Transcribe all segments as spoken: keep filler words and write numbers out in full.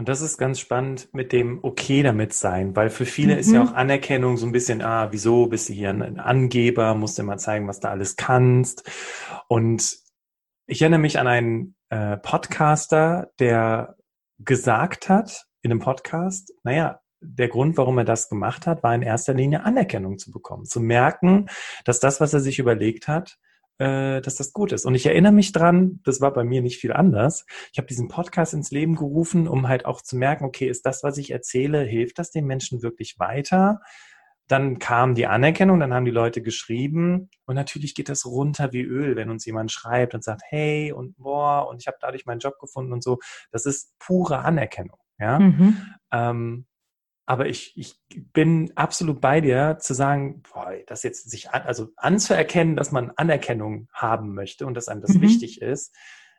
Und das ist ganz spannend mit dem okay damit sein, weil für viele mhm. ist ja auch Anerkennung so ein bisschen, ah, wieso bist du hier ein Angeber, musst du mal zeigen, was du alles kannst. Und ich erinnere mich an einen äh, Podcaster, der gesagt hat in einem Podcast, naja, der Grund, warum er das gemacht hat, war in erster Linie Anerkennung zu bekommen, zu merken, dass das, was er sich überlegt hat, äh, dass das gut ist. Und ich erinnere mich dran, das war bei mir nicht viel anders. Ich habe diesen Podcast ins Leben gerufen, um halt auch zu merken, okay, ist das, was ich erzähle, hilft das den Menschen wirklich weiter? Dann kam die Anerkennung, dann haben die Leute geschrieben und natürlich geht das runter wie Öl, wenn uns jemand schreibt und sagt, hey und boah und ich habe dadurch meinen Job gefunden und so. Das ist pure Anerkennung, ja. Mhm. Ähm, aber ich, ich bin absolut bei dir, zu sagen, boah, das jetzt sich an, also anzuerkennen, dass man Anerkennung haben möchte und dass einem das mhm. wichtig ist,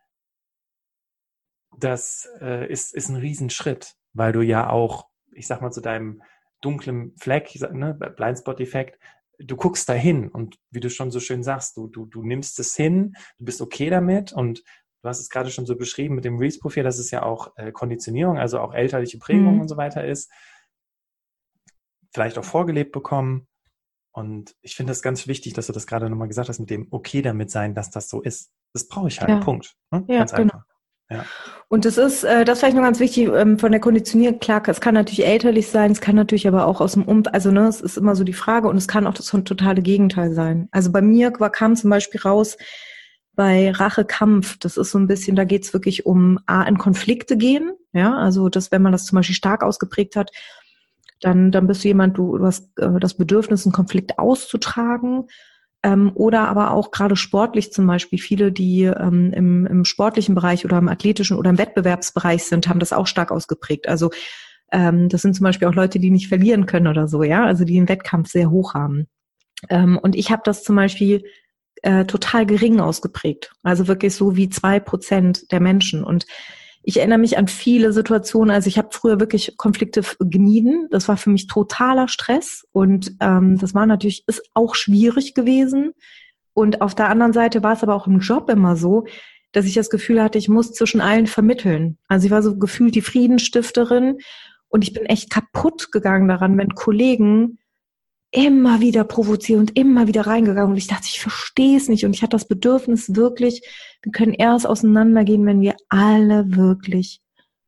das äh, ist, ist ein Riesenschritt, weil du ja auch, ich sag mal, zu deinem dunklen Fleck, ne, Blindspot-Effekt, du guckst da hin und wie du schon so schön sagst, du, du, du nimmst es hin, du bist okay damit und du hast es gerade schon so beschrieben mit dem Reese-Profil, dass es ja auch äh, Konditionierung, also auch elterliche Prägung mhm. und so weiter ist, vielleicht auch vorgelebt bekommen. Und ich finde das ganz wichtig, dass du das gerade nochmal gesagt hast, mit dem okay damit sein, dass das so ist. Das brauche ich halt, ja. Punkt. Ne? Ja, ganz genau. einfach. Ja. Und das ist, äh, das ist vielleicht noch ganz wichtig, ähm, von der Konditionierung, klar, es kann natürlich elterlich sein, es kann natürlich aber auch aus dem Umfeld, also ne, es ist immer so die Frage und es kann auch das totale Gegenteil sein. Also bei mir kam zum Beispiel raus, bei Rache-Kampf, das ist so ein bisschen, da geht es wirklich um A, in Konflikte gehen, ja, also das, wenn man das zum Beispiel stark ausgeprägt hat, dann, dann bist du jemand, du, du hast äh, das Bedürfnis, einen Konflikt auszutragen. Ähm, oder aber auch gerade sportlich zum Beispiel, viele, die ähm, im, im sportlichen Bereich oder im athletischen oder im Wettbewerbsbereich sind, haben das auch stark ausgeprägt. Also ähm, das sind zum Beispiel auch Leute, die nicht verlieren können oder so, ja, also die den Wettkampf sehr hoch haben. Ähm, und ich habe das zum Beispiel äh, total gering ausgeprägt. Also wirklich so wie zwei Prozent der Menschen. Und ich erinnere mich an viele Situationen, also ich habe früher wirklich Konflikte gemieden. Das war für mich totaler Stress und ähm, das war natürlich, ist auch schwierig gewesen. Und auf der anderen Seite war es aber auch im Job immer so, dass ich das Gefühl hatte, ich muss zwischen allen vermitteln. Also ich war so gefühlt die Friedensstifterin und ich bin echt kaputt gegangen daran, wenn Kollegen immer wieder provozieren und immer wieder reingegangen und ich dachte, ich verstehe es nicht und ich hatte das Bedürfnis wirklich, wir können erst auseinandergehen, wenn wir alle wirklich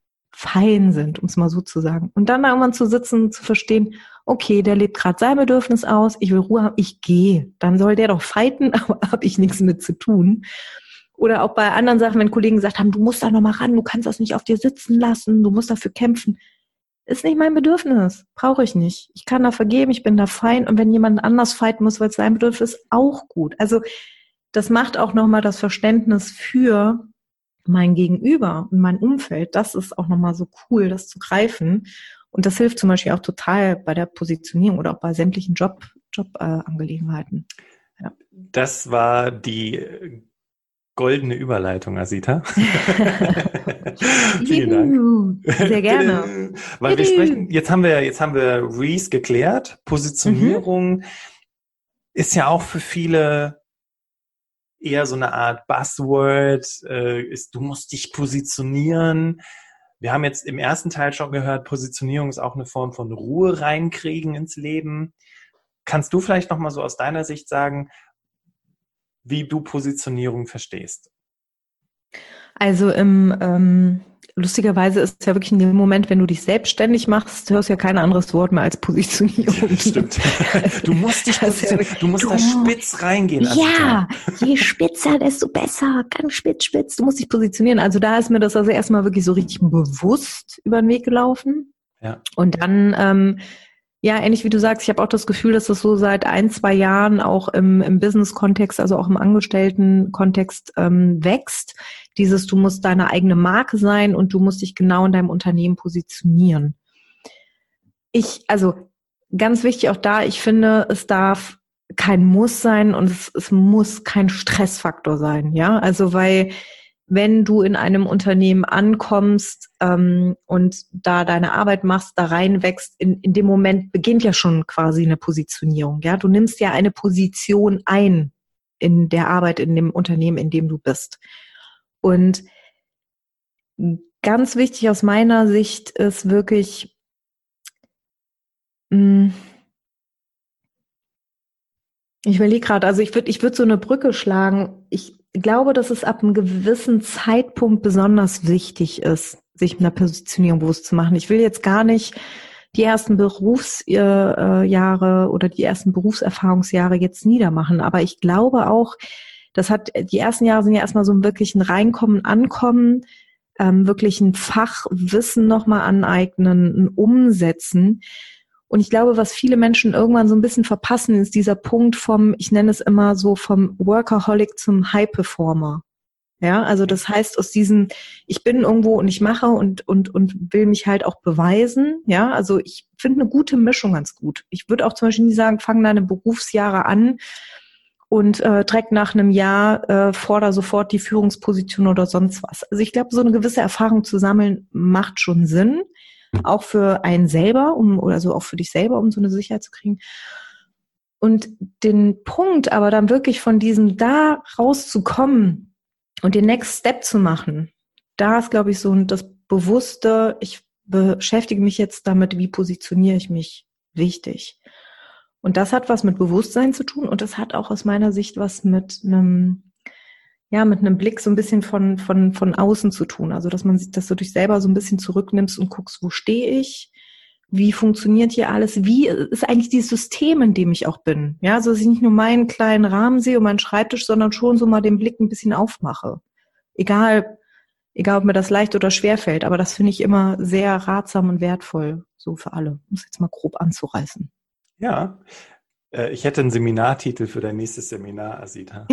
fein sind, um es mal so zu sagen. Und dann irgendwann zu sitzen, zu verstehen, okay, der lebt gerade sein Bedürfnis aus, ich will Ruhe haben, ich gehe. Dann soll der doch fighten, aber habe ich nichts mit zu tun. Oder auch bei anderen Sachen, wenn Kollegen gesagt haben, du musst da nochmal ran, du kannst das nicht auf dir sitzen lassen, du musst dafür kämpfen. Ist nicht mein Bedürfnis, brauche ich nicht. Ich kann da vergeben, ich bin da fein und wenn jemand anders fighten muss, weil es sein Bedürfnis ist, auch gut. Also das macht auch nochmal das Verständnis für mein Gegenüber und mein Umfeld. Das ist auch nochmal so cool, das zu greifen. Und das hilft zum Beispiel auch total bei der Positionierung oder auch bei sämtlichen Job, Job-Angelegenheiten. Ja. Das war die goldene Überleitung, Asita. Vielen Dank. Sehr gerne. Weil wir sprechen, jetzt haben wir, jetzt haben wir Reese geklärt. Positionierung mhm. ist ja auch für viele eher so eine Art Buzzword, äh, ist, du musst dich positionieren. Wir haben jetzt im ersten Teil schon gehört, Positionierung ist auch eine Form von Ruhe reinkriegen ins Leben. Kannst du vielleicht nochmal so aus deiner Sicht sagen, wie du Positionierung verstehst? Also im ähm, lustigerweise ist es ja wirklich in dem Moment, wenn du dich selbstständig machst, hörst du ja kein anderes Wort mehr als Positionierung. Ja, stimmt. Du musst dich positionieren, du musst du, da spitz reingehen. Ja, je spitzer, desto besser. Ganz spitz, spitz. Du musst dich positionieren. Also da ist mir das also erstmal wirklich so richtig bewusst über den Weg gelaufen. Ja. Und dann ähm, ja, ähnlich wie du sagst, ich habe auch das Gefühl, dass das so seit ein, zwei Jahren auch im, im Business-Kontext, also auch im Angestellten-Kontext ähm, wächst. Dieses, du musst deine eigene Marke sein und du musst dich genau in deinem Unternehmen positionieren. Ich, also ganz wichtig auch da, ich finde, es darf kein Muss sein und es, es muss kein Stressfaktor sein, ja, also weil wenn du in einem Unternehmen ankommst ähm, und da deine Arbeit machst, da reinwächst, in, in dem Moment beginnt ja schon quasi eine Positionierung. Ja, du nimmst ja eine Position ein in der Arbeit in dem Unternehmen, in dem du bist. Und ganz wichtig aus meiner Sicht ist wirklich, mh, ich überlege gerade, also ich würde ich würd so eine Brücke schlagen. Ich glaube, dass es ab einem gewissen Zeitpunkt besonders wichtig ist, sich mit einer Positionierung bewusst zu machen. Ich will jetzt gar nicht die ersten Berufsjahre oder die ersten Berufserfahrungsjahre jetzt niedermachen, aber ich glaube auch, das hat, die ersten Jahre sind ja erstmal so ein wirklich ein Reinkommen, Ankommen, ähm, wirklich ein Fachwissen nochmal aneignen, ein Umsetzen. Und ich glaube, was viele Menschen irgendwann so ein bisschen verpassen, ist dieser Punkt vom, ich nenne es immer so, vom Workaholic zum High-Performer. Ja, also das heißt, aus diesem, ich bin irgendwo und ich mache und, und, und will mich halt auch beweisen. Ja, also ich finde eine gute Mischung ganz gut. Ich würde auch zum Beispiel nie sagen, fang deine Berufsjahre an und äh, direkt nach einem Jahr äh, forder sofort die Führungsposition oder sonst was. Also ich glaube, so eine gewisse Erfahrung zu sammeln macht schon Sinn. Auch für einen selber, um, oder so auch für dich selber, um so eine Sicherheit zu kriegen. Und den Punkt aber dann wirklich von diesem da rauszukommen und den Next Step zu machen, da ist, glaube ich, so das Bewusste, ich beschäftige mich jetzt damit, wie positioniere ich mich, wichtig. Und das hat was mit Bewusstsein zu tun und das hat auch aus meiner Sicht was mit einem ja, mit einem Blick so ein bisschen von, von, von außen zu tun. Also, dass man sich, dass du dich selber so ein bisschen zurücknimmst und guckst, wo stehe ich? Wie funktioniert hier alles? Wie ist eigentlich dieses System, in dem ich auch bin? Ja, also, dass ich nicht nur meinen kleinen Rahmen sehe und meinen Schreibtisch, sondern schon so mal den Blick ein bisschen aufmache. Egal, egal ob mir das leicht oder schwer fällt. Aber das finde ich immer sehr ratsam und wertvoll. So für alle. Um es jetzt mal grob anzureißen. Ja. Ich hätte einen Seminartitel für dein nächstes Seminar, Asita.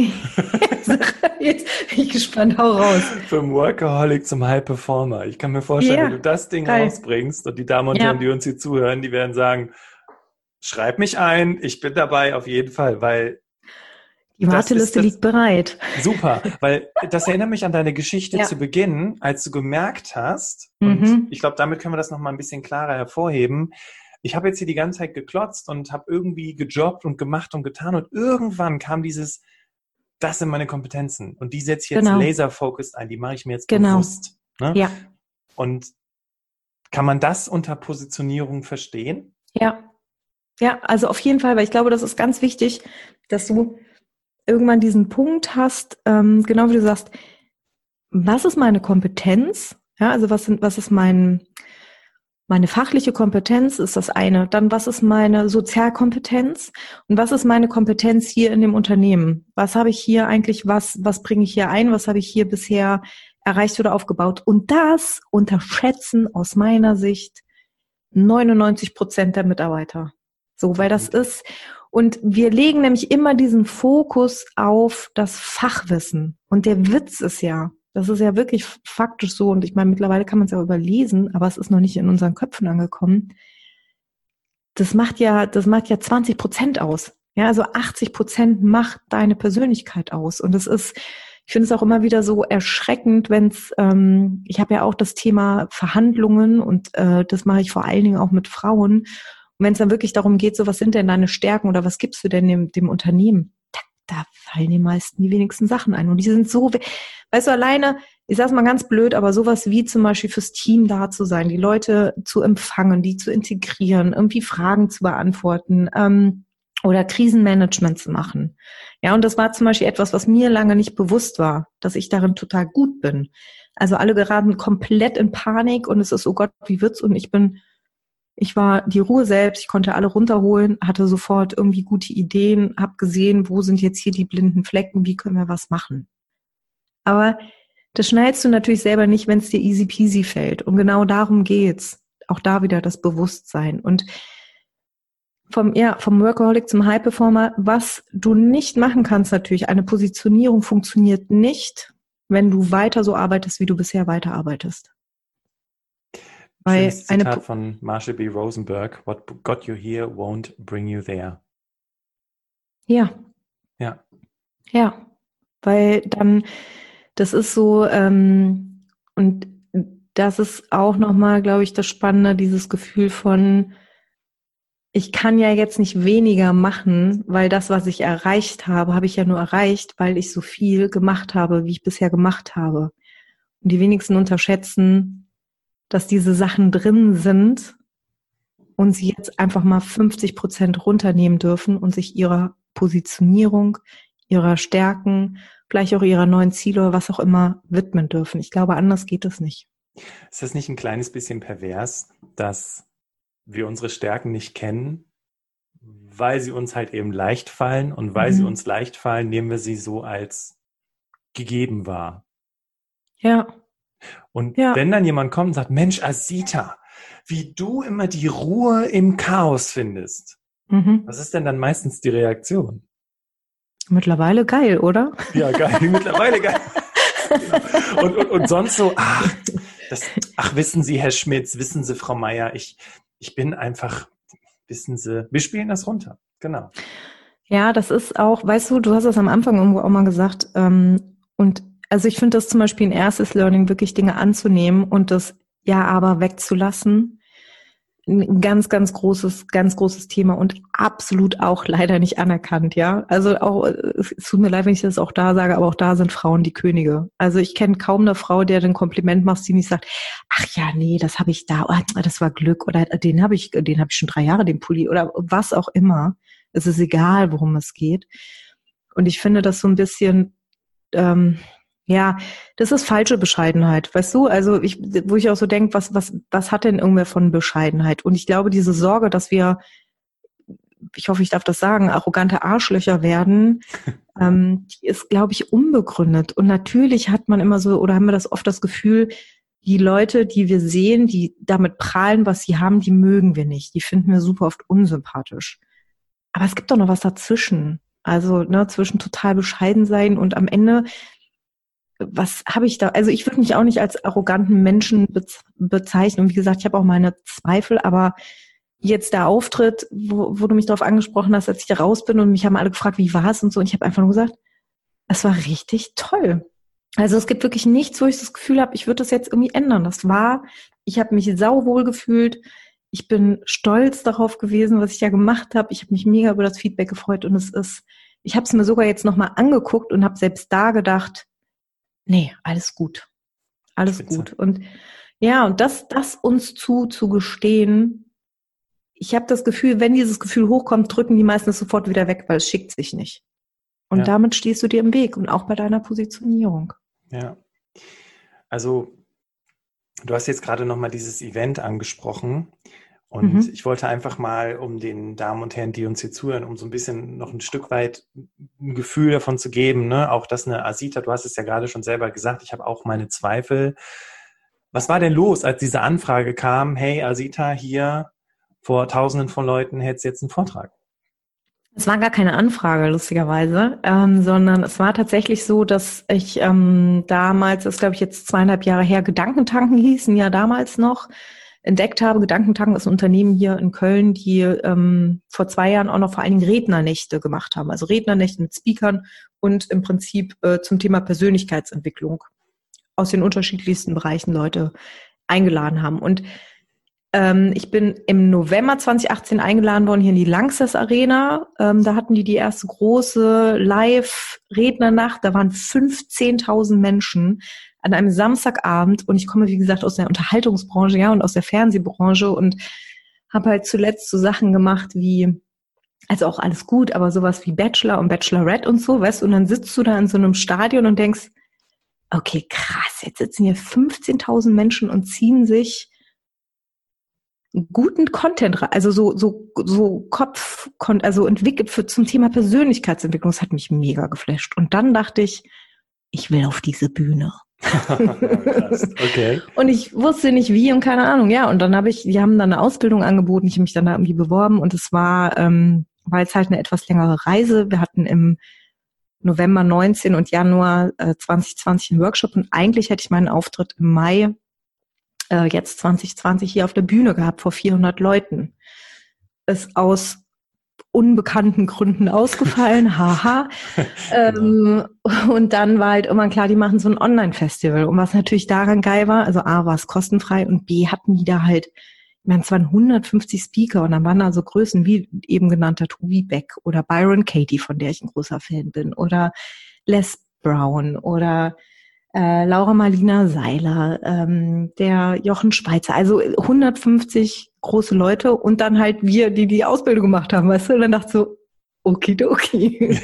Jetzt bin ich gespannt, hau raus. Vom Workaholic zum High Performer. Ich kann mir vorstellen, ja, wenn du das Ding geil. rausbringst und die Damen und Herren, ja. die uns hier zuhören, die werden sagen, schreib mich ein, ich bin dabei auf jeden Fall, weil die Warteliste liegt bereit. Super, weil das erinnert mich an deine Geschichte ja. zu Beginn, als du gemerkt hast, und mhm. ich glaube, damit können wir das nochmal ein bisschen klarer hervorheben, ich habe jetzt hier die ganze Zeit geklotzt und habe irgendwie gejobbt und gemacht und getan und irgendwann kam dieses, das sind meine Kompetenzen und die setze ich jetzt genau. laser-focused ein, die mache ich mir jetzt genau. bewusst. Ne? Ja. Und kann man das unter Positionierung verstehen? Ja, ja, also auf jeden Fall, weil ich glaube, das ist ganz wichtig, dass du irgendwann diesen Punkt hast, ähm, genau wie du sagst, was ist meine Kompetenz? Ja, also was sind, was ist mein Meine fachliche Kompetenz ist das eine. Dann, was ist meine Sozialkompetenz? Und was ist meine Kompetenz hier in dem Unternehmen? Was habe ich hier eigentlich, was, was bringe ich hier ein? Was habe ich hier bisher erreicht oder aufgebaut? Und das unterschätzen aus meiner Sicht neunundneunzig Prozent der Mitarbeiter. So, weil das ist, und wir legen nämlich immer diesen Fokus auf das Fachwissen. Und der Witz ist ja, das ist ja wirklich faktisch so, und ich meine, mittlerweile kann man es ja überlesen, aber es ist noch nicht in unseren Köpfen angekommen. Das macht ja, das macht ja zwanzig Prozent aus. Ja, also achtzig Prozent macht deine Persönlichkeit aus. Und das ist, ich finde es auch immer wieder so erschreckend, wenn es, ähm, ich habe ja auch das Thema Verhandlungen und äh, das mache ich vor allen Dingen auch mit Frauen. Und wenn es dann wirklich darum geht, so was sind denn deine Stärken oder was gibst du denn dem, dem Unternehmen? Da fallen die meisten die wenigsten Sachen ein. Und die sind so, weißt du, alleine, ich sag's mal ganz blöd, aber sowas wie zum Beispiel fürs Team da zu sein, die Leute zu empfangen, die zu integrieren, irgendwie Fragen zu beantworten ähm, oder Krisenmanagement zu machen. Ja, und das war zum Beispiel etwas, was mir lange nicht bewusst war, dass ich darin total gut bin. Also alle geraten komplett in Panik und es ist, oh Gott, wie wird's? Und ich bin Ich war die Ruhe selbst, ich konnte alle runterholen, hatte sofort irgendwie gute Ideen, habe gesehen, wo sind jetzt hier die blinden Flecken, wie können wir was machen. Aber das schnallst du natürlich selber nicht, wenn es dir easy peasy fällt. Und genau darum geht's. Auch da wieder das Bewusstsein. Und vom, ja, vom Workaholic zum High Performer, was du nicht machen kannst natürlich, eine Positionierung funktioniert nicht, wenn du weiter so arbeitest, wie du bisher weiterarbeitest. Schönes Zitat eine, von Marshall B. Rosenberg. What got you here won't bring you there. Ja. Ja. Ja. Weil dann, das ist so, ähm, und das ist auch nochmal, glaube ich, das Spannende, dieses Gefühl von, ich kann ja jetzt nicht weniger machen, weil das, was ich erreicht habe, habe ich ja nur erreicht, weil ich so viel gemacht habe, wie ich bisher gemacht habe. Und die wenigsten unterschätzen, dass diese Sachen drin sind und sie jetzt einfach mal fünfzig Prozent runternehmen dürfen und sich ihrer Positionierung, ihrer Stärken, vielleicht auch ihrer neuen Ziele oder was auch immer widmen dürfen. Ich glaube, anders geht es nicht. Ist das nicht ein kleines bisschen pervers, dass wir unsere Stärken nicht kennen, weil sie uns halt eben leicht fallen und weil mhm. sie uns leicht fallen, nehmen wir sie so als gegeben wahr. Ja. Und ja. wenn dann jemand kommt und sagt, Mensch, Asita, wie du immer die Ruhe im Chaos findest, mhm. was ist denn dann meistens die Reaktion? Mittlerweile geil, oder? Ja, geil, mittlerweile geil. Genau. Und, und, und sonst so, ach, das, ach, wissen Sie, Herr Schmitz, wissen Sie, Frau Meier, ich, ich bin einfach, wissen Sie, wir spielen das runter, genau. Ja, das ist auch, weißt du, du hast das am Anfang irgendwo auch mal gesagt, ähm, und also ich finde das zum Beispiel ein erstes Learning, wirklich Dinge anzunehmen und das Ja, aber wegzulassen. Ein ganz, ganz großes, ganz großes Thema und absolut auch leider nicht anerkannt, ja. Also auch, es tut mir leid, wenn ich das auch da sage, aber auch da sind Frauen die Könige. Also ich kenne kaum eine Frau, der ein Kompliment macht, die nicht sagt, ach ja, nee, das habe ich da, oh, das war Glück oder den habe ich, den habe ich schon drei Jahre, den Pulli oder was auch immer. Es ist egal, worum es geht. Und ich finde das so ein bisschen, ähm, ja, das ist falsche Bescheidenheit, weißt du? Also ich, wo ich auch so denke, was, was, was hat denn irgendwer von Bescheidenheit? Und ich glaube, diese Sorge, dass wir, ich hoffe, ich darf das sagen, arrogante Arschlöcher werden, ähm, die ist, glaube ich, unbegründet. Und natürlich hat man immer so, oder haben wir das oft das Gefühl, die Leute, die wir sehen, die damit prahlen, was sie haben, die mögen wir nicht. Die finden wir super oft unsympathisch. Aber es gibt doch noch was dazwischen. Also, ne, zwischen total bescheiden sein und am Ende, was habe ich da? Also ich würde mich auch nicht als arroganten Menschen bezeichnen. Und wie gesagt, ich habe auch meine Zweifel, aber jetzt der Auftritt, wo, wo du mich darauf angesprochen hast, als ich da raus bin und mich haben alle gefragt, wie war es und so. Und ich habe einfach nur gesagt, es war richtig toll. Also es gibt wirklich nichts, wo ich das Gefühl habe, ich würde das jetzt irgendwie ändern. Das war, ich habe mich sauwohl gefühlt. Ich bin stolz darauf gewesen, was ich da gemacht habe. Ich habe mich mega über das Feedback gefreut und es ist, ich habe es mir sogar jetzt nochmal angeguckt und habe selbst da gedacht, nee, alles gut. Alles Spitze. Gut. Und ja, und das, das uns zu, zu gestehen, ich habe das Gefühl, wenn dieses Gefühl hochkommt, drücken die meisten es sofort wieder weg, weil es schickt sich nicht. Und ja. damit stehst du dir im Weg und auch bei deiner Positionierung. Ja. Also, du hast jetzt gerade nochmal dieses Event angesprochen. Und mhm. ich wollte einfach mal, um den Damen und Herren, die uns hier zuhören, um so ein bisschen noch ein Stück weit ein Gefühl davon zu geben, ne? Auch dass eine Asita, du hast es ja gerade schon selber gesagt, ich habe auch meine Zweifel. Was war denn los, als diese Anfrage kam, hey Asita, hier vor Tausenden von Leuten hättest du jetzt einen Vortrag? Es war gar keine Anfrage, lustigerweise, ähm, sondern es war tatsächlich so, dass ich ähm, damals, das ist glaube ich jetzt zweieinhalb Jahre her, Gedankentanken hießen ja damals noch, entdeckt habe. Gedankentanken ist ein Unternehmen hier in Köln, die ähm, vor zwei Jahren auch noch vor allen Dingen Rednernächte gemacht haben. Also Rednernächte mit Speakern und im Prinzip äh, zum Thema Persönlichkeitsentwicklung aus den unterschiedlichsten Bereichen Leute eingeladen haben. Und ähm, ich bin im November zwanzig achtzehn eingeladen worden hier in die Lanxess Arena. Ähm, da hatten die die erste große Live-Rednernacht. Da waren fünfzehntausend Menschen an einem Samstagabend und ich komme, wie gesagt, aus der Unterhaltungsbranche, ja, und aus der Fernsehbranche und habe halt zuletzt so Sachen gemacht wie, also auch alles gut, aber sowas wie Bachelor und Bachelorette und so, weißt du, und dann sitzt du da in so einem Stadion und denkst, okay, krass, jetzt sitzen hier fünfzehntausend Menschen und ziehen sich guten Content, also so, so, so Kopf, also entwickelt für, zum Thema Persönlichkeitsentwicklung, das hat mich mega geflasht. Und dann dachte ich, ich will auf diese Bühne. Krass. Okay. Und ich wusste nicht wie und keine Ahnung, ja. Und dann habe ich, die haben dann eine Ausbildung angeboten, ich habe mich dann da irgendwie beworben und es war, ähm, war jetzt halt eine etwas längere Reise. Wir hatten im November neunzehn und Januar äh, zwanzig zwanzig einen Workshop und eigentlich hätte ich meinen Auftritt im Mai äh, jetzt zwanzig zwanzig hier auf der Bühne gehabt vor vierhundert Leuten. Ist aus unbekannten Gründen ausgefallen, haha. ähm, und dann war halt immer klar, die machen so ein Online-Festival. Und was natürlich daran geil war, also A, war es kostenfrei und B, hatten die da halt, ich meine, es waren hundertfünfzig Speaker und dann waren da so Größen wie eben genannter Tobi Beck oder Byron Katie, von der ich ein großer Fan bin, oder Les Brown oder äh, Laura Marlina Seiler, ähm, der Jochen Schweizer, also hundertfünfzig große Leute und dann halt wir, die die Ausbildung gemacht haben, weißt du? Und dann dachte ich so, okidoki.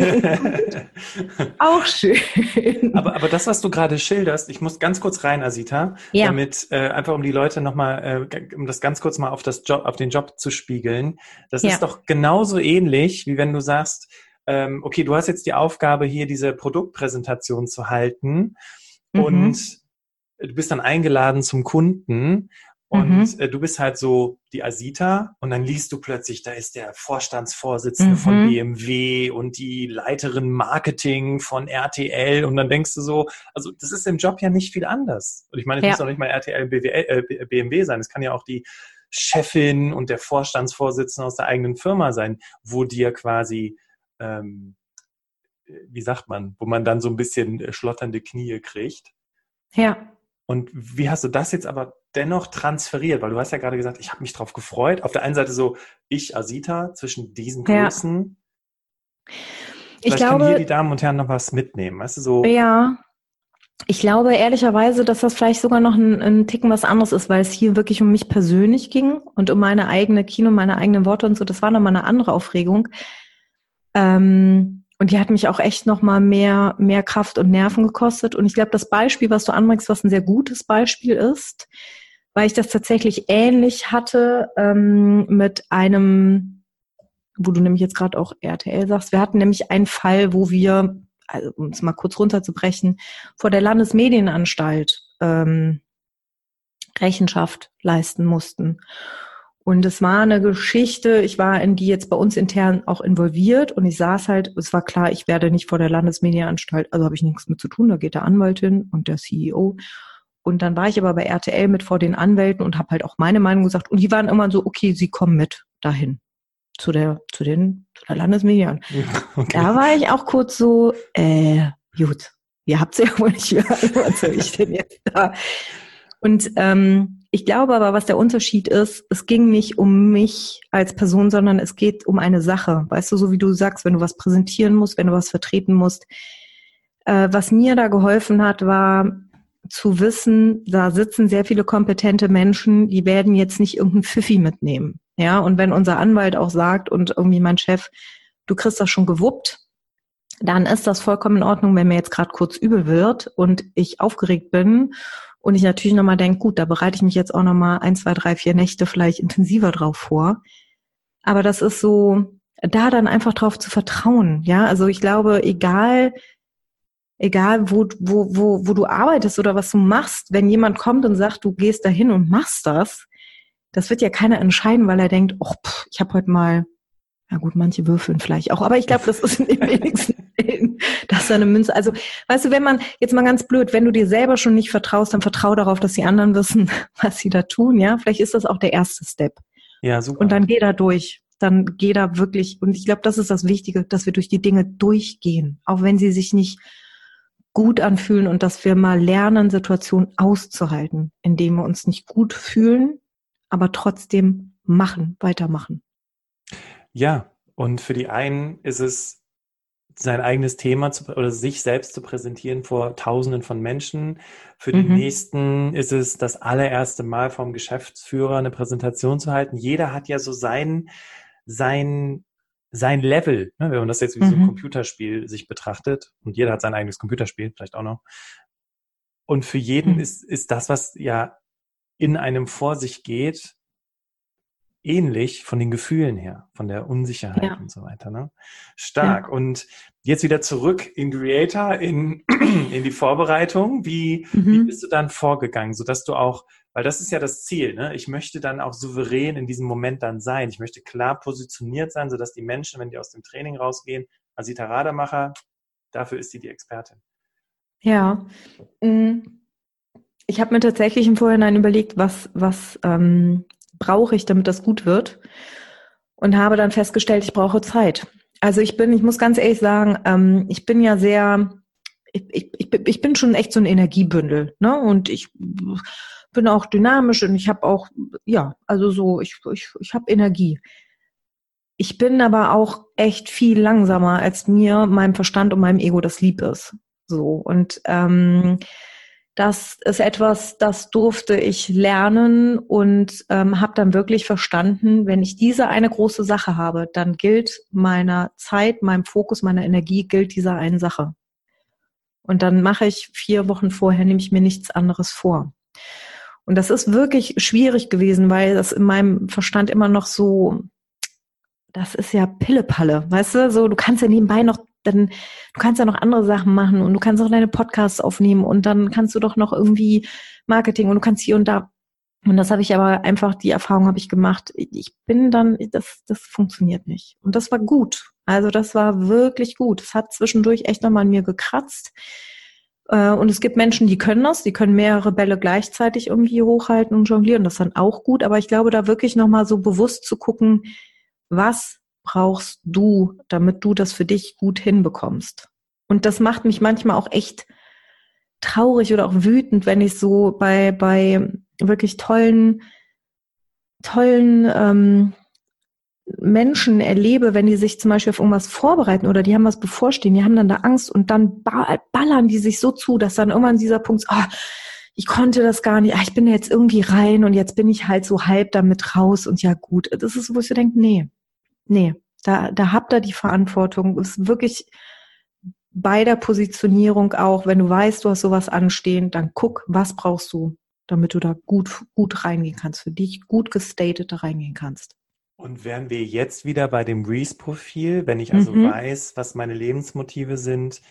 Auch schön. Aber, aber das, was du gerade schilderst, ich muss ganz kurz rein, Asita, Ja. damit äh, einfach um die Leute nochmal, äh, um das ganz kurz mal auf das Job, auf den Job zu spiegeln. Das Ja. ist doch genauso ähnlich, wie wenn du sagst, ähm, okay, du hast jetzt die Aufgabe, hier diese Produktpräsentation zu halten Mhm. und du bist dann eingeladen zum Kunden. Und Mhm. äh, du bist halt so die Asita und dann liest du plötzlich, da ist der Vorstandsvorsitzende Mhm. von B M W und die Leiterin Marketing von R T L und dann denkst du so, also das ist im Job ja nicht viel anders. Und ich meine, es Ja. muss doch nicht mal R T L, B W L, äh, B M W sein, es kann ja auch die Chefin und der Vorstandsvorsitzende aus der eigenen Firma sein, wo dir quasi, ähm, wie sagt man, wo man dann so ein bisschen schlotternde Knie kriegt. Ja. Und wie hast du das jetzt aber dennoch transferiert? Weil du hast ja gerade gesagt, ich habe mich drauf gefreut. Auf der einen Seite so, ich, Asita, zwischen diesen Ja. Größen. Ich Vielleicht können hier die glaube, Damen und Herren noch was mitnehmen. Weißt du, so, ja, ich glaube ehrlicherweise, dass das vielleicht sogar noch ein, ein Ticken was anderes ist, weil es hier wirklich um mich persönlich ging und um meine eigene Kino, meine eigenen Worte und so. Das war nochmal eine andere Aufregung. Ähm, und die hat mich auch echt nochmal mehr, mehr Kraft und Nerven gekostet. Und ich glaube, das Beispiel, was du anbringst, was ein sehr gutes Beispiel ist, weil ich das tatsächlich ähnlich hatte ähm, mit einem, wo du nämlich jetzt gerade auch R T L sagst. Wir hatten nämlich einen Fall, wo wir, also um es mal kurz runterzubrechen, vor der Landesmedienanstalt ähm, Rechenschaft leisten mussten. Und es war eine Geschichte, ich war in die jetzt bei uns intern auch involviert und ich saß halt, es war klar, ich werde nicht vor der Landesmedienanstalt, also habe ich nichts mit zu tun, da geht der Anwalt hin und der C E O. Und dann war ich aber bei R T L mit vor den Anwälten und habe halt auch meine Meinung gesagt und die waren immer so, okay, sie kommen mit dahin zu der zu den zu der Landesmedien. Okay. Da war ich auch kurz so, äh, gut, ihr habt es ja wohl nicht mehr, was soll ich denn jetzt da? Und ähm, ich glaube aber, was der Unterschied ist, es ging nicht um mich als Person, sondern es geht um eine Sache. Weißt du, so wie du sagst, wenn du was präsentieren musst, wenn du was vertreten musst. Äh, was mir da geholfen hat, war zu wissen, da sitzen sehr viele kompetente Menschen, die werden jetzt nicht irgendeinen Pfiffi mitnehmen. Ja, und wenn unser Anwalt auch sagt und irgendwie mein Chef, du kriegst das schon gewuppt, dann ist das vollkommen in Ordnung, wenn mir jetzt gerade kurz übel wird und ich aufgeregt bin und ich natürlich nochmal denke, gut, da bereite ich mich jetzt auch nochmal ein, zwei, drei, vier Nächte vielleicht intensiver drauf vor. Aber das ist so, da dann einfach drauf zu vertrauen. Ja, also ich glaube, egal, egal wo, wo, wo, wo du arbeitest oder was du machst, wenn jemand kommt und sagt, du gehst dahin und machst das, das wird ja keiner entscheiden, weil er denkt, oh, pff, ich habe heute mal, ja gut, manche würfeln vielleicht auch, aber ich glaube, das ist in den wenigsten Fällen, dass da eine Münze, also weißt du, wenn man, jetzt mal ganz blöd, wenn du dir selber schon nicht vertraust, dann vertrau darauf, dass die anderen wissen, was sie da tun, ja, vielleicht ist das auch der erste Step. Ja, super. Und dann geh da durch, dann geh da wirklich, und ich glaube, das ist das Wichtige, dass wir durch die Dinge durchgehen, auch wenn sie sich nicht gut anfühlen und dass wir mal lernen, Situationen auszuhalten, indem wir uns nicht gut fühlen, aber trotzdem machen, weitermachen. Ja, und für die einen ist es sein eigenes Thema zu, oder sich selbst zu präsentieren vor Tausenden von Menschen. Für die Mhm. nächsten ist es das allererste Mal vom Geschäftsführer eine Präsentation zu halten. Jeder hat ja so sein, sein, sein Level, ne? Wenn man das jetzt wie Mhm. so ein Computerspiel sich betrachtet und jeder hat sein eigenes Computerspiel, vielleicht auch noch. Und für jeden Mhm. ist, ist das, was ja in einem vor sich geht, ähnlich von den Gefühlen her, von der Unsicherheit Ja. und so weiter. Ne? Stark. Ja. Und jetzt wieder zurück in Creator, in, in die Vorbereitung. Wie, Mhm. wie bist du dann vorgegangen, sodass du auch, weil das ist ja das Ziel, ne? Ich möchte dann auch souverän in diesem Moment dann sein. Ich möchte klar positioniert sein, sodass die Menschen, wenn die aus dem Training rausgehen, Asita Rademacher, dafür ist sie die Expertin. Ja. Ich habe mir tatsächlich im Vorhinein überlegt, was, was ähm, brauche ich, damit das gut wird, und habe dann festgestellt, ich brauche Zeit. Also ich bin, ich muss ganz ehrlich sagen, ähm, ich bin ja sehr, ich, ich, ich bin schon echt so ein Energiebündel, ne? Und ich bin auch dynamisch und ich habe auch, ja, also so, ich, ich, ich habe Energie. Ich bin aber auch echt viel langsamer, als mir, meinem Verstand und meinem Ego das lieb ist. So, und ähm, das ist etwas, das durfte ich lernen und ähm, habe dann wirklich verstanden, wenn ich diese eine große Sache habe, dann gilt meiner Zeit, meinem Fokus, meiner Energie, gilt dieser einen Sache. Und dann mache ich vier Wochen vorher, nehme ich mir nichts anderes vor. Und das ist wirklich schwierig gewesen, weil das in meinem Verstand immer noch so, das ist ja Pillepalle, weißt du, so, du kannst ja nebenbei noch, dann, du kannst ja noch andere Sachen machen und du kannst auch deine Podcasts aufnehmen und dann kannst du doch noch irgendwie Marketing und du kannst hier und da. Und das habe ich aber einfach, die Erfahrung habe ich gemacht. Ich bin dann, das, das funktioniert nicht. Und das war gut. Also das war wirklich gut. Es hat zwischendurch echt nochmal an mir gekratzt. Und es gibt Menschen, die können das, die können mehrere Bälle gleichzeitig irgendwie hochhalten und jonglieren. Das ist dann auch gut. Aber ich glaube, da wirklich nochmal so bewusst zu gucken, was brauchst du, damit du das für dich gut hinbekommst? Und das macht mich manchmal auch echt traurig oder auch wütend, wenn ich so bei bei wirklich tollen tollen ähm, Menschen erlebe, wenn die sich zum Beispiel auf irgendwas vorbereiten oder die haben was bevorstehen, die haben dann da Angst und dann ballern die sich so zu, dass dann irgendwann dieser Punkt, oh, ich konnte das gar nicht, ah, ich bin jetzt irgendwie rein und jetzt bin ich halt so halb damit raus und ja gut. Das ist, wo ich so denke, nee, nee, da, da habt ihr die Verantwortung. Das ist wirklich bei der Positionierung auch, wenn du weißt, du hast sowas anstehen, dann guck, was brauchst du, damit du da gut, gut reingehen kannst, für dich gut gestatet da reingehen kannst. Und wären wir jetzt wieder bei dem Reese-Profil, wenn ich also mhm. weiß, was meine Lebensmotive sind,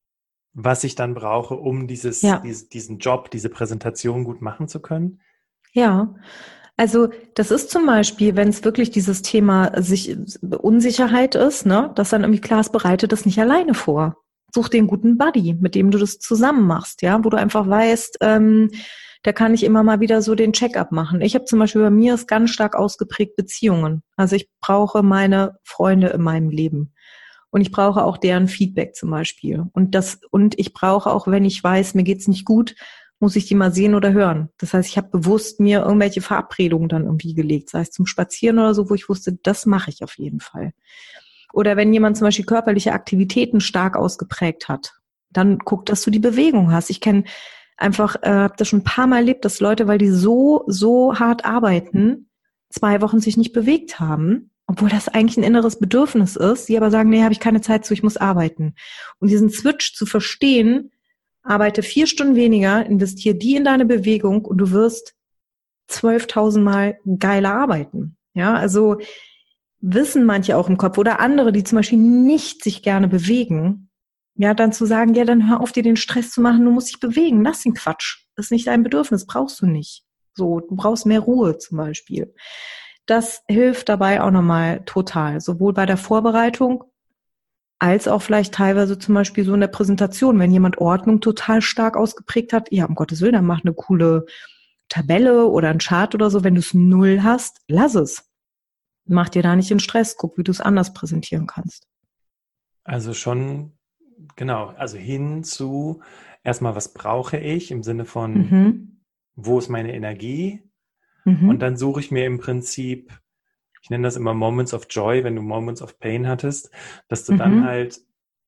was ich dann brauche, um dieses, ja. dies, diesen Job, diese Präsentation gut machen zu können? Ja, also das ist zum Beispiel, wenn es wirklich dieses Thema sich, Unsicherheit ist, ne, dass dann irgendwie klar ist, bereite das nicht alleine vor. Such dir einen guten Buddy, mit dem du das zusammen machst, ja, wo du einfach weißt, ähm, da kann ich immer mal wieder so den Check-up machen. Ich habe zum Beispiel bei mir ist ganz stark ausgeprägt Beziehungen. Also ich brauche meine Freunde in meinem Leben. Und ich brauche auch deren Feedback zum Beispiel. Und das, und ich brauche auch, wenn ich weiß, mir geht's nicht gut, muss ich die mal sehen oder hören. Das heißt, ich habe bewusst mir irgendwelche Verabredungen dann irgendwie gelegt, sei es zum Spazieren oder so, wo ich wusste, das mache ich auf jeden Fall. Oder wenn jemand zum Beispiel körperliche Aktivitäten stark ausgeprägt hat, dann guck, dass du die Bewegung hast. Ich kenne einfach, äh, habe das schon ein paar Mal erlebt, dass Leute, weil die so, so hart arbeiten, zwei Wochen sich nicht bewegt haben, obwohl das eigentlich ein inneres Bedürfnis ist, die aber sagen, nee, habe ich keine Zeit zu, ich muss arbeiten. Und diesen Switch zu verstehen, arbeite vier Stunden weniger, investiere die in deine Bewegung und du wirst zwölftausend Mal geiler arbeiten. Ja, also wissen manche auch im Kopf oder andere, die zum Beispiel nicht sich gerne bewegen, ja, dann zu sagen, ja, dann hör auf, dir den Stress zu machen, du musst dich bewegen, lass den Quatsch. Das ist nicht dein Bedürfnis, brauchst du nicht. So, du brauchst mehr Ruhe zum Beispiel. Das hilft dabei auch nochmal total, sowohl bei der Vorbereitung als auch vielleicht teilweise zum Beispiel so in der Präsentation, wenn jemand Ordnung total stark ausgeprägt hat, ja, um Gottes Willen, dann mach eine coole Tabelle oder ein Chart oder so. Wenn du es null hast, lass es. Mach dir da nicht den Stress, guck, wie du es anders präsentieren kannst. Also schon, genau, also hin zu erstmal, was brauche ich im Sinne von, mhm. wo ist meine Energie? Mhm. Und dann suche ich mir im Prinzip, ich nenne das immer Moments of Joy, wenn du Moments of Pain hattest, dass du mhm. dann halt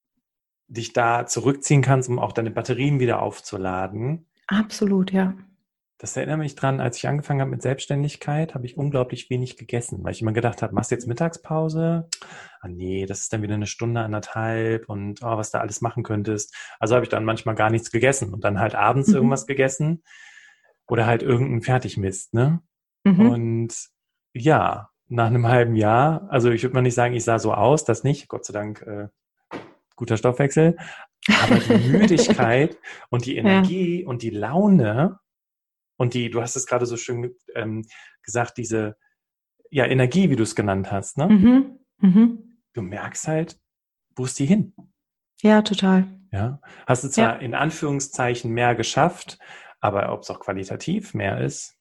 dich da zurückziehen kannst, um auch deine Batterien wieder aufzuladen. Absolut, ja. Das erinnert mich dran, als ich angefangen habe mit Selbstständigkeit, habe ich unglaublich wenig gegessen, weil ich immer gedacht habe, machst du jetzt Mittagspause? Ah nee, das ist dann wieder eine Stunde, anderthalb und oh, was da alles machen könntest. Also habe ich dann manchmal gar nichts gegessen und dann halt abends mhm. irgendwas gegessen oder halt irgendeinen Fertigmist, ne? Mhm. Und ja, nach einem halben Jahr, also ich würde mal nicht sagen, ich sah so aus, das nicht, Gott sei Dank, äh, guter Stoffwechsel, aber die Müdigkeit und die Energie ja. und die Laune und die, du hast es gerade so schön ähm, gesagt, diese ja Energie, wie du es genannt hast, ne? Mhm. Mhm. Du merkst halt, wo ist die hin? Ja, total. Ja, hast du zwar ja. in Anführungszeichen mehr geschafft, aber ob es auch qualitativ mehr ist?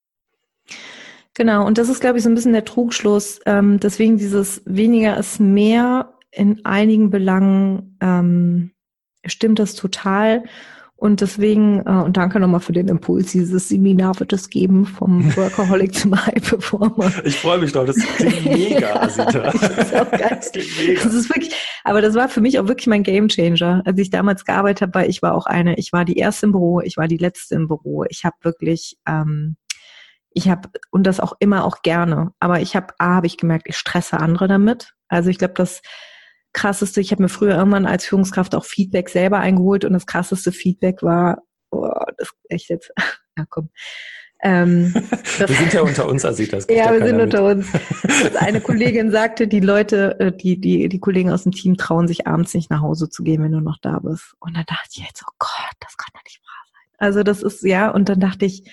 Genau, und das ist, glaube ich, so ein bisschen der Trugschluss. Ähm, deswegen dieses weniger ist mehr in einigen Belangen ähm, stimmt das total. Und deswegen, äh, und danke nochmal für den Impuls, dieses Seminar wird es geben, vom Workaholic zum High-Performer. Ich freue mich drauf, das klingt mega, Asita. Das ist auch geil. Das klingt mega. Das ist wirklich, aber das war für mich auch wirklich mein Gamechanger. Als ich damals gearbeitet habe, weil ich war auch eine, ich war die erste im Büro, ich war die letzte im Büro. Ich habe wirklich, ähm, ich habe, und das auch immer auch gerne, aber ich habe, A, habe ich gemerkt, ich stresse andere damit. Also ich glaube, das Krasseste, ich habe mir früher irgendwann als Führungskraft auch Feedback selber eingeholt und das krasseste Feedback war, oh, das echt jetzt, ja komm. Ähm, das, wir sind ja unter uns, Asita. Ja, wir sind mit. unter uns. Dass eine Kollegin sagte, die Leute, die, die, die Kollegen aus dem Team trauen sich abends nicht nach Hause zu gehen, wenn du noch da bist. Und dann dachte ich jetzt, oh Gott, das kann doch nicht wahr sein. Also das ist, ja, und dann dachte ich,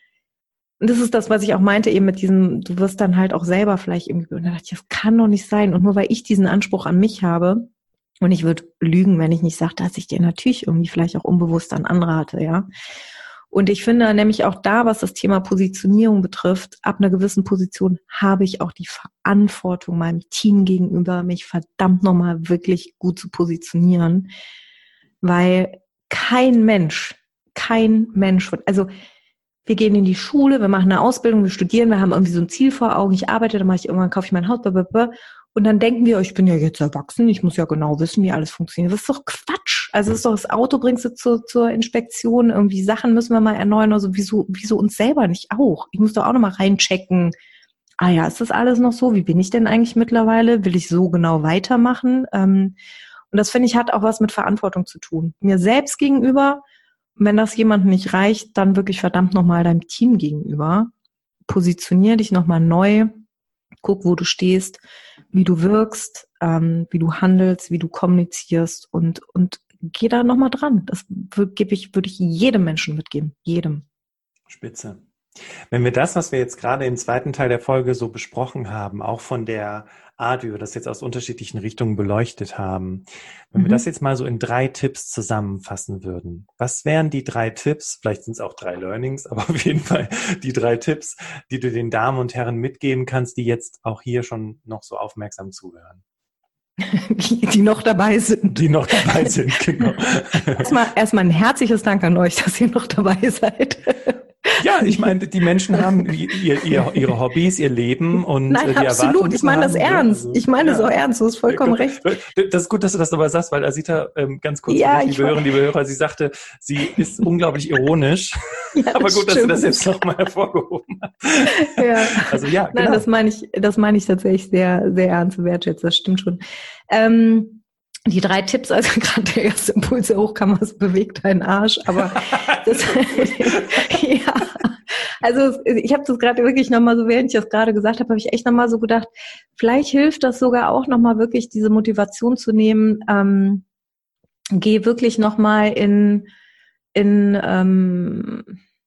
das ist das, was ich auch meinte, eben mit diesem, du wirst dann halt auch selber vielleicht irgendwie, und dann dachte ich, das kann doch nicht sein. Und nur weil ich diesen Anspruch an mich habe, und ich würde lügen, wenn ich nicht sage, dass ich den natürlich irgendwie vielleicht auch unbewusst an andere hatte, ja. Und ich finde nämlich auch da, was das Thema Positionierung betrifft, ab einer gewissen Position habe ich auch die Verantwortung meinem Team gegenüber, mich verdammt nochmal wirklich gut zu positionieren, weil kein Mensch, kein Mensch, also wir gehen in die Schule, wir machen eine Ausbildung, wir studieren, wir haben irgendwie so ein Ziel vor Augen, ich arbeite, dann mache ich irgendwann, kaufe ich mein Haus, blablabla. Und dann denken wir, ich bin ja jetzt erwachsen, ich muss ja genau wissen, wie alles funktioniert. Das ist doch Quatsch. Also das ist doch das Auto, bringst du zur, zur Inspektion, irgendwie Sachen müssen wir mal erneuern, also wieso, wieso uns selber nicht auch? Ich muss doch auch nochmal reinchecken. Ah ja, ist das alles noch so? Wie bin ich denn eigentlich mittlerweile? Will ich so genau weitermachen? Ähm, und das, finde ich, hat auch was mit Verantwortung zu tun. Mir selbst gegenüber, wenn das jemandem nicht reicht, dann wirklich verdammt nochmal deinem Team gegenüber. Positionier dich nochmal neu. Guck, wo du stehst, wie du wirkst, ähm, wie du handelst, wie du kommunizierst und, und geh da nochmal dran. Das würde ich, würde ich jedem Menschen mitgeben. Jedem. Spitze. Wenn wir das, was wir jetzt gerade im zweiten Teil der Folge so besprochen haben, auch von der Art, wie wir das jetzt aus unterschiedlichen Richtungen beleuchtet haben, wenn mhm. wir das jetzt mal so in drei Tipps zusammenfassen würden, was wären die drei Tipps, vielleicht sind es auch drei Learnings, aber auf jeden Fall die drei Tipps, die du den Damen und Herren mitgeben kannst, die jetzt auch hier schon noch so aufmerksam zuhören? Die, die noch dabei sind. Die noch dabei sind, genau. Erstmal, erstmal ein herzliches Dank an euch, dass ihr noch dabei seid. Ja, ich meine, die Menschen haben ihr, ihr, ihre Hobbys, ihr Leben und Nein, die absolut. Ich meine das haben, ernst. Also, ich meine ja. das auch ernst. Du hast vollkommen ja, recht. Das ist gut, dass du das aber sagst, weil Asita, ähm, ganz kurz, ja, liebe Hörer, liebe Hörer, sie sagte, sie ist unglaublich ironisch. Ja, aber gut, stimmt. Dass du das jetzt nochmal hervorgehoben hast. Ja. Also ja, genau. Nein, das meine ich, das meine ich tatsächlich sehr, sehr ernst und wertschätzt. Das stimmt schon. Ähm, Die drei Tipps, also gerade der erste Impuls, der hochkam, was bewegt deinen Arsch, aber das, ja, also ich habe das gerade wirklich nochmal so, während ich das gerade gesagt habe, habe ich echt nochmal so gedacht, vielleicht hilft das sogar auch nochmal wirklich diese Motivation zu nehmen, ähm, geh wirklich nochmal in, in ähm,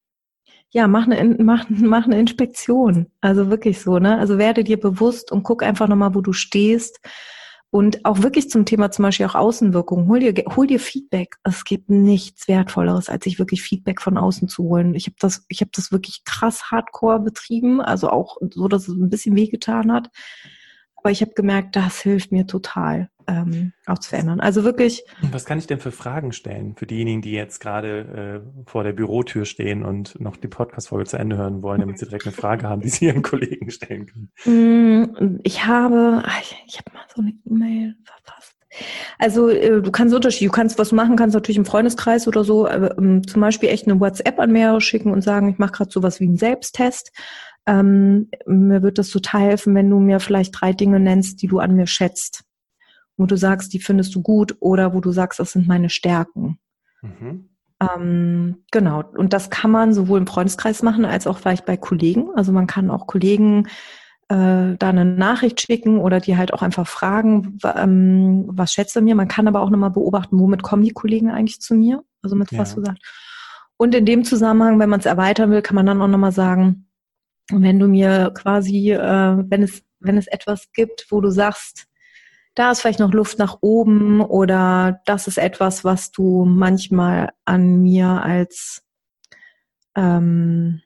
ja, mach eine, mach, mach eine Inspektion, also wirklich so, ne, also werde dir bewusst und guck einfach nochmal, wo du stehst. Und auch wirklich zum Thema zum Beispiel auch Außenwirkung. Hol dir, hol dir Feedback. Es gibt nichts Wertvolleres, als sich wirklich Feedback von außen zu holen. Ich habe das, ich habe das wirklich krass hardcore betrieben, also auch so, dass es ein bisschen wehgetan hat. Aber ich habe gemerkt, das hilft mir total, ähm, auch zu verändern. Also wirklich. Was kann ich denn für Fragen stellen für diejenigen, die jetzt gerade äh, vor der Bürotür stehen und noch die Podcast-Folge zu Ende hören wollen, damit sie direkt eine Frage haben, die sie ihren Kollegen stellen können? Ich habe, ich habe mal so eine E-Mail verfasst. Also äh, du kannst Unterschied, du kannst was machen, kannst natürlich im Freundeskreis oder so, aber, ähm, zum Beispiel echt eine WhatsApp an mehrere schicken und sagen, ich mache gerade sowas wie einen Selbsttest. Ähm, mir wird das total helfen, wenn du mir vielleicht drei Dinge nennst, die du an mir schätzt. Wo du sagst, die findest du gut oder wo du sagst, das sind meine Stärken. Mhm. Ähm, genau. Und das kann man sowohl im Freundeskreis machen, als auch vielleicht bei Kollegen. Also man kann auch Kollegen äh, da eine Nachricht schicken oder die halt auch einfach fragen, w- ähm, was schätzt du mir? Man kann aber auch nochmal beobachten, womit kommen die Kollegen eigentlich zu mir? Also mit Ja. was du sagst. Und in dem Zusammenhang, wenn man es erweitern will, kann man dann auch nochmal sagen, wenn du mir quasi, äh, wenn es, wenn es etwas gibt, wo du sagst, da ist vielleicht noch Luft nach oben oder das ist etwas, was du manchmal an mir als ähm,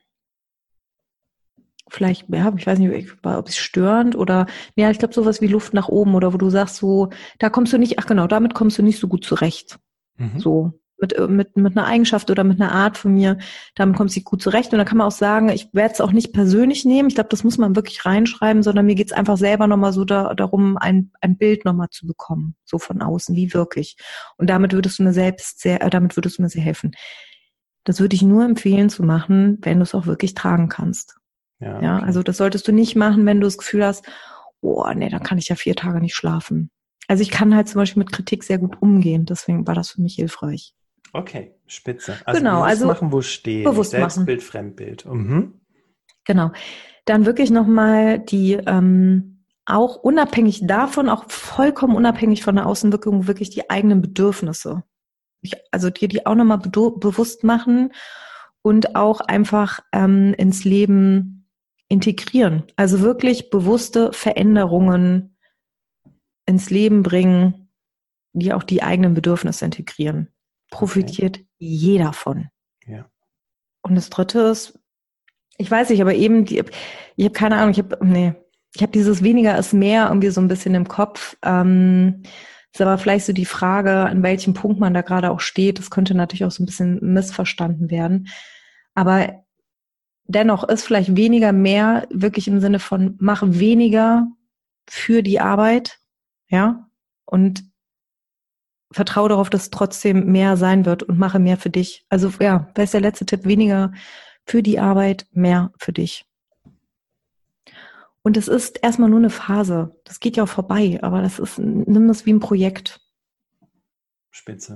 vielleicht, ja, ich weiß nicht, ob es störend oder, ja, ich glaube sowas wie Luft nach oben oder wo du sagst so, da kommst du nicht, ach genau, damit kommst du nicht so gut zurecht. Mhm. So, mit, mit, mit einer Eigenschaft oder mit einer Art von mir, damit kommt sie gut zurecht. Und dann kann man auch sagen, ich werde es auch nicht persönlich nehmen. Ich glaube, das muss man wirklich reinschreiben, sondern mir geht es einfach selber nochmal so da, darum, ein, ein Bild nochmal zu bekommen, so von außen, wie wirklich. Und damit würdest du mir selbst sehr, äh, damit würdest du mir sehr helfen. Das würde ich nur empfehlen zu machen, wenn du es auch wirklich tragen kannst. Ja, ja okay. Also das solltest du nicht machen, wenn du das Gefühl hast, oh, nee, dann kann ich ja vier Tage nicht schlafen. Also ich kann halt zum Beispiel mit Kritik sehr gut umgehen, deswegen war das für mich hilfreich. Okay, spitze. Also genau, bewusst also machen, wo stehe bewusst ich. Selbstbild, machen. Fremdbild. Mhm. Genau. Dann wirklich nochmal die, ähm, auch unabhängig davon, auch vollkommen unabhängig von der Außenwirkung, wirklich die eigenen Bedürfnisse. Ich, also dir die auch nochmal be- bewusst machen und auch einfach ähm, ins Leben integrieren. Also wirklich bewusste Veränderungen ins Leben bringen, die auch die eigenen Bedürfnisse integrieren. Profitiert okay. jeder von. Ja. Und das Dritte ist, ich weiß nicht, aber eben, die, ich habe keine Ahnung, ich habe, nee, ich habe dieses weniger ist mehr irgendwie so ein bisschen im Kopf. Ähm, ist aber vielleicht so die Frage, an welchem Punkt man da gerade auch steht. Das könnte natürlich auch so ein bisschen missverstanden werden. Aber dennoch ist vielleicht weniger mehr wirklich im Sinne von, mach weniger für die Arbeit, ja, und vertraue darauf, dass es trotzdem mehr sein wird und mache mehr für dich. Also ja, das ist der letzte Tipp, weniger für die Arbeit, mehr für dich. Und es ist erstmal nur eine Phase. Das geht ja auch vorbei, aber das ist, nimm das wie ein Projekt. Spitze.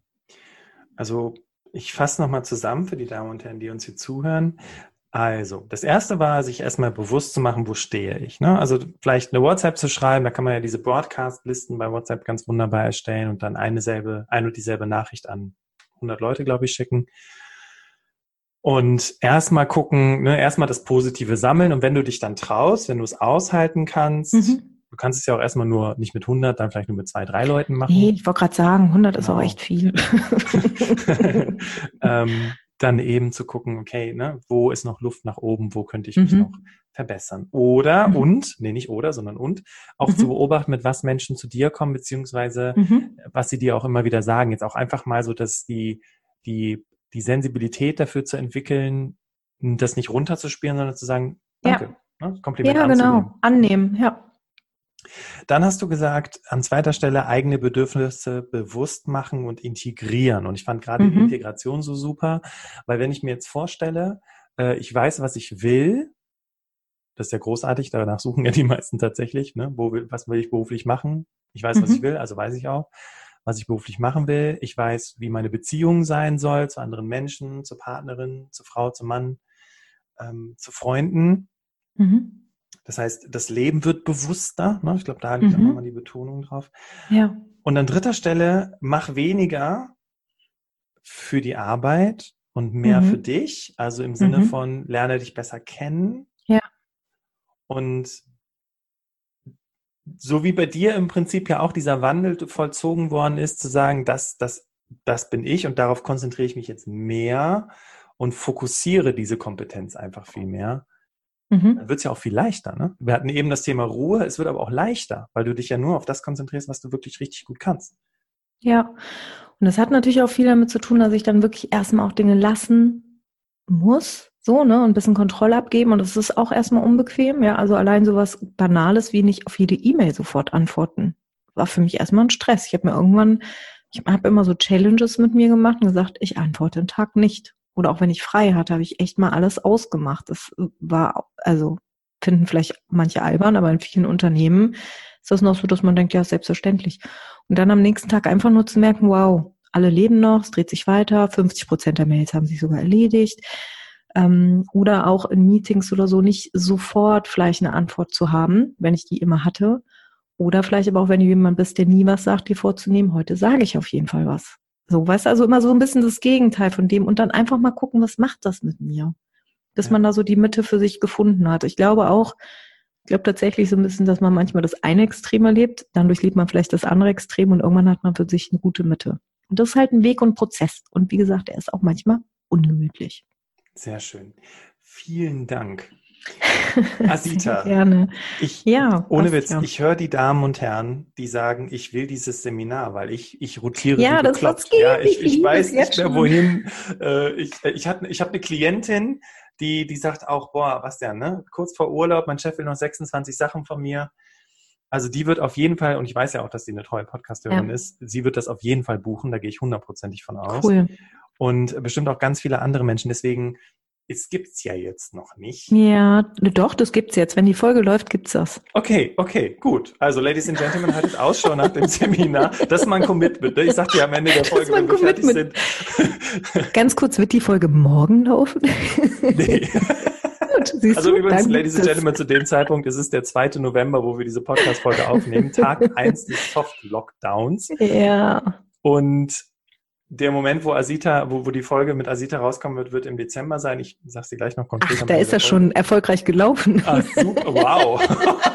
Also ich fasse nochmal zusammen für die Damen und Herren, die uns hier zuhören. Also, das erste war, sich erstmal bewusst zu machen, wo stehe ich. Ne? Also vielleicht eine WhatsApp zu schreiben, da kann man ja diese Broadcast-Listen bei WhatsApp ganz wunderbar erstellen und dann eine selbe, eine und dieselbe Nachricht an hundert Leute, glaube ich, schicken. Und erstmal gucken, ne, erstmal das Positive sammeln und wenn du dich dann traust, wenn du es aushalten kannst, mhm. du kannst es ja auch erstmal nur nicht mit hundert, dann vielleicht nur mit zwei, drei Leuten machen. Nee, ich wollte gerade sagen, hundert genau. ist auch echt viel. ähm, dann eben zu gucken, okay, ne, wo ist noch Luft nach oben, wo könnte ich mich mhm. noch verbessern. Oder mhm. und, nee, nicht oder, sondern und, auch mhm. zu beobachten, mit was Menschen zu dir kommen, beziehungsweise mhm. was sie dir auch immer wieder sagen. Jetzt auch einfach mal so, dass die, die, die Sensibilität dafür zu entwickeln, das nicht runterzuspielen, sondern zu sagen, danke, ja. ne, Kompliment ja, anzunehmen. Genau, annehmen, ja. Dann hast du gesagt, an zweiter Stelle eigene Bedürfnisse bewusst machen und integrieren. Und ich fand gerade mhm. die Integration so super, weil wenn ich mir jetzt vorstelle, äh, ich weiß, was ich will, das ist ja großartig, danach suchen ja die meisten tatsächlich, ne? Wo will, was will ich beruflich machen? Ich weiß, mhm. was ich will, also weiß ich auch, was ich beruflich machen will. Ich weiß, wie meine Beziehung sein soll zu anderen Menschen, zur Partnerin, zur Frau, zum Mann, ähm, zu Freunden. Mhm. Das heißt, das Leben wird bewusster. Ne? Ich glaube, da liegt mhm. auch nochmal die Betonung drauf. Ja. Und an dritter Stelle, mach weniger für die Arbeit und mehr mhm. für dich. Also im Sinne mhm. von, lerne dich besser kennen. Ja. Und so wie bei dir im Prinzip ja auch dieser Wandel vollzogen worden ist, zu sagen, das, das, das bin ich und darauf konzentriere ich mich jetzt mehr und fokussiere diese Kompetenz einfach viel mehr. Dann wird es ja auch viel leichter. Ne? Wir hatten eben das Thema Ruhe, es wird aber auch leichter, weil du dich ja nur auf das konzentrierst, was du wirklich richtig gut kannst. Ja, und das hat natürlich auch viel damit zu tun, dass ich dann wirklich erstmal auch Dinge lassen muss, so, ne, und ein bisschen Kontrolle abgeben und das ist auch erstmal unbequem, ja, also allein sowas Banales wie nicht auf jede E-Mail sofort antworten, war für mich erstmal ein Stress. Ich habe mir irgendwann, ich habe immer so Challenges mit mir gemacht und gesagt, ich antworte einen Tag nicht. Oder auch wenn ich frei hatte, habe ich echt mal alles ausgemacht. Das war, also finden vielleicht manche albern, aber in vielen Unternehmen ist das noch so, dass man denkt, ja, selbstverständlich. Und dann am nächsten Tag einfach nur zu merken, wow, alle leben noch, es dreht sich weiter, fünfzig Prozent der Mails haben sich sogar erledigt. Ähm, oder auch in Meetings oder so nicht sofort vielleicht eine Antwort zu haben, wenn ich die immer hatte. Oder vielleicht aber auch, wenn du jemand bist, der nie was sagt, dir vorzunehmen, heute sage ich auf jeden Fall was. So, weißt du, also immer so ein bisschen das Gegenteil von dem und dann einfach mal gucken, was macht das mit mir? Bis ja. man da so die Mitte für sich gefunden hat. Ich glaube auch, ich glaube tatsächlich so ein bisschen, dass man manchmal das eine Extrem erlebt, dann durchlebt man vielleicht das andere Extrem und irgendwann hat man für sich eine gute Mitte. Und das ist halt ein Weg und ein Prozess. Und wie gesagt, er ist auch manchmal ungemütlich. Sehr schön. Vielen Dank Asita, gerne. Ich, ja, ohne Witz, ja. ich höre die Damen und Herren, die sagen, ich will dieses Seminar, weil ich, ich rotiere ja, wie das bekloppt. geht, Ja, ich, ich weiß nicht mehr, schon. wohin. Äh, ich ich habe ich hab eine Klientin, die, die sagt auch, boah, Bastian, ne? Kurz vor Urlaub, mein Chef will noch sechsundzwanzig Sachen von mir. Also die wird auf jeden Fall, und ich weiß ja auch, dass sie eine treue Podcast-Hörerin Ja. ist, sie wird das auf jeden Fall buchen, da gehe ich hundertprozentig von aus. Cool. Und bestimmt auch ganz viele andere Menschen. Deswegen, es gibt's ja jetzt noch nicht. Ja, doch, das gibt's jetzt. Wenn die Folge läuft, gibt's das. Okay, okay, gut. Also, Ladies and Gentlemen, haltet Ausschau nach dem Seminar. Das ist mein Commitment. Ich sag dir am Ende der Folge, wenn wir fertig sind. Ganz kurz, wird die Folge morgen laufen? Nee. Gut, also du? übrigens, Dann Ladies and Gentlemen, zu dem Zeitpunkt ist es der zweite November, wo wir diese Podcast-Folge aufnehmen. Tag eins des Soft-Lockdowns. Ja. Und der Moment, wo Asita, wo, wo die Folge mit Asita rauskommen wird, wird im Dezember sein. Ich sag's dir gleich noch konkret. Ach, da ist er schon erfolgreich gelaufen. Ah, super, wow.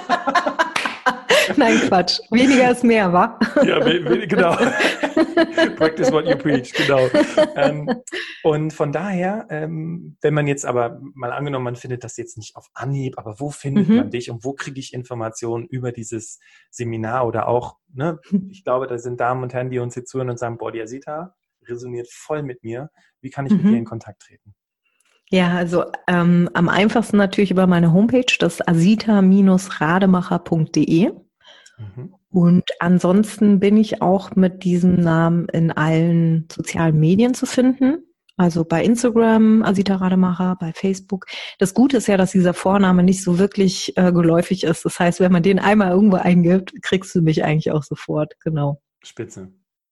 Nein, Quatsch. Weniger ist mehr, wa? Ja, genau. Practice what you preach, genau. Ähm, und von daher, ähm, wenn man jetzt aber mal angenommen, man findet das jetzt nicht auf Anhieb, aber wo findet mhm. man dich und wo kriege ich Informationen über dieses Seminar oder auch, ne, ich glaube, da sind Damen und Herren, die uns jetzt zuhören und sagen, boah, die Asita resoniert voll mit mir. Wie kann ich mhm. mit dir in Kontakt treten? Ja, also ähm, am einfachsten natürlich über meine Homepage, das asita Bindestrich rademacher Punkt de. Mhm. Und ansonsten bin ich auch mit diesem Namen in allen sozialen Medien zu finden. Also bei Instagram, Asita Rademacher, bei Facebook. Das Gute ist ja, dass dieser Vorname nicht so wirklich äh, geläufig ist. Das heißt, wenn man den einmal irgendwo eingibt, kriegst du mich eigentlich auch sofort. Genau. Spitze.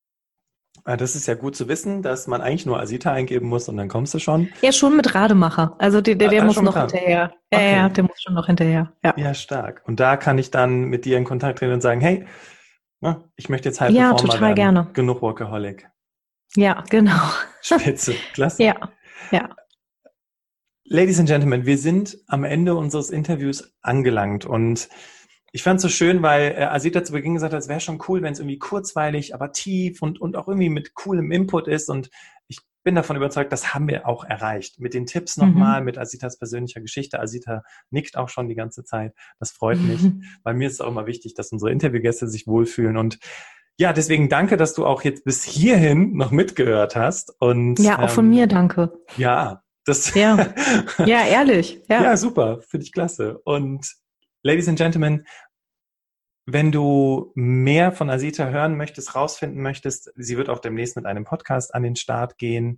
Das ist ja gut zu wissen, dass man eigentlich nur Asita eingeben muss und dann kommst du schon. Ja, schon mit Rademacher. Also der, der, der ah, muss noch dran. hinterher. Ja, okay. ja, der muss schon noch hinterher. Ja. ja, stark. Und da kann ich dann mit dir in Kontakt treten und sagen, hey, na, ich möchte jetzt halt ja, total werden. Gerne. Genug Workaholic. Ja, genau. Spitze, klasse. Ja, ja. Ladies and Gentlemen, wir sind am Ende unseres Interviews angelangt und ich fand es so schön, weil äh, Asita zu Beginn gesagt hat, es wäre schon cool, wenn es irgendwie kurzweilig, aber tief und, und auch irgendwie mit coolem Input ist. Und ich bin davon überzeugt, das haben wir auch erreicht. Mit den Tipps nochmal, mhm. mit Asitas persönlicher Geschichte. Asita nickt auch schon die ganze Zeit. Das freut mich, mhm. weil mir ist es auch immer wichtig, dass unsere Interviewgäste sich wohlfühlen. Und ja, deswegen danke, dass du auch jetzt bis hierhin noch mitgehört hast. Und, ja, auch ähm, von mir danke. Ja, das. Ja, ja ehrlich. Ja, ja super, finde ich klasse. Und Ladies and Gentlemen, wenn du mehr von Asita hören möchtest, rausfinden möchtest, sie wird auch demnächst mit einem Podcast an den Start gehen,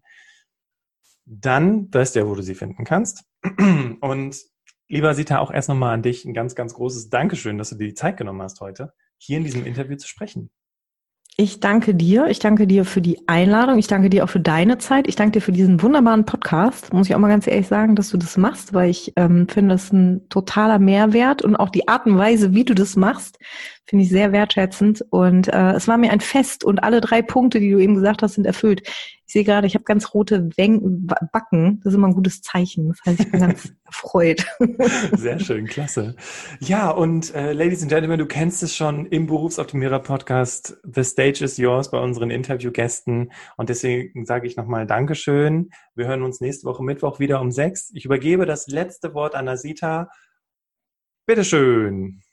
dann weißt du ja, wo du sie finden kannst. Und lieber Asita, auch erst nochmal an dich ein ganz, ganz großes Dankeschön, dass du dir die Zeit genommen hast, heute hier in diesem Interview zu sprechen. Ich danke dir. Ich danke dir für die Einladung. Ich danke dir auch für deine Zeit. Ich danke dir für diesen wunderbaren Podcast. Muss ich auch mal ganz ehrlich sagen, dass du das machst, weil ich ähm, finde, das ist ein totaler Mehrwert und auch die Art und Weise, wie du das machst, finde ich sehr wertschätzend. Und äh, es war mir ein Fest und alle drei Punkte, die du eben gesagt hast, sind erfüllt. Ich sehe gerade, ich habe ganz rote Wen- Backen. Das ist immer ein gutes Zeichen. Das heißt, ich bin ganz erfreut. Sehr schön, klasse. Ja, und äh, Ladies and Gentlemen, du kennst es schon im Berufsoptimierer-Podcast. The stage is yours bei unseren Interviewgästen. Und deswegen sage ich nochmal Dankeschön. Wir hören uns nächste Woche Mittwoch wieder um sechs. Ich übergebe das letzte Wort an Asita. Bitteschön.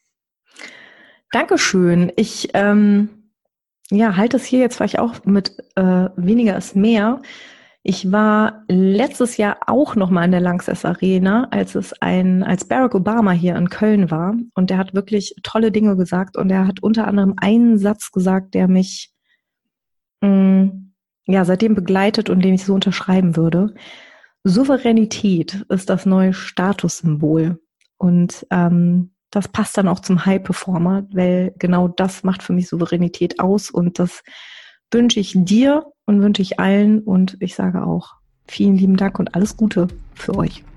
Dankeschön. Ich ähm ja, halt es hier jetzt vielleicht auch mit äh, weniger ist mehr. Ich war letztes Jahr auch noch mal in der Lanxess Arena, als es ein, als Barack Obama hier in Köln war. Und der hat wirklich tolle Dinge gesagt. Und er hat unter anderem einen Satz gesagt, der mich mh, ja seitdem begleitet und den ich so unterschreiben würde. Souveränität ist das neue Statussymbol. Und ähm, das passt dann auch zum High-Performer, weil genau das macht für mich Souveränität aus und das wünsche ich dir und wünsche ich allen und ich sage auch vielen lieben Dank und alles Gute für euch.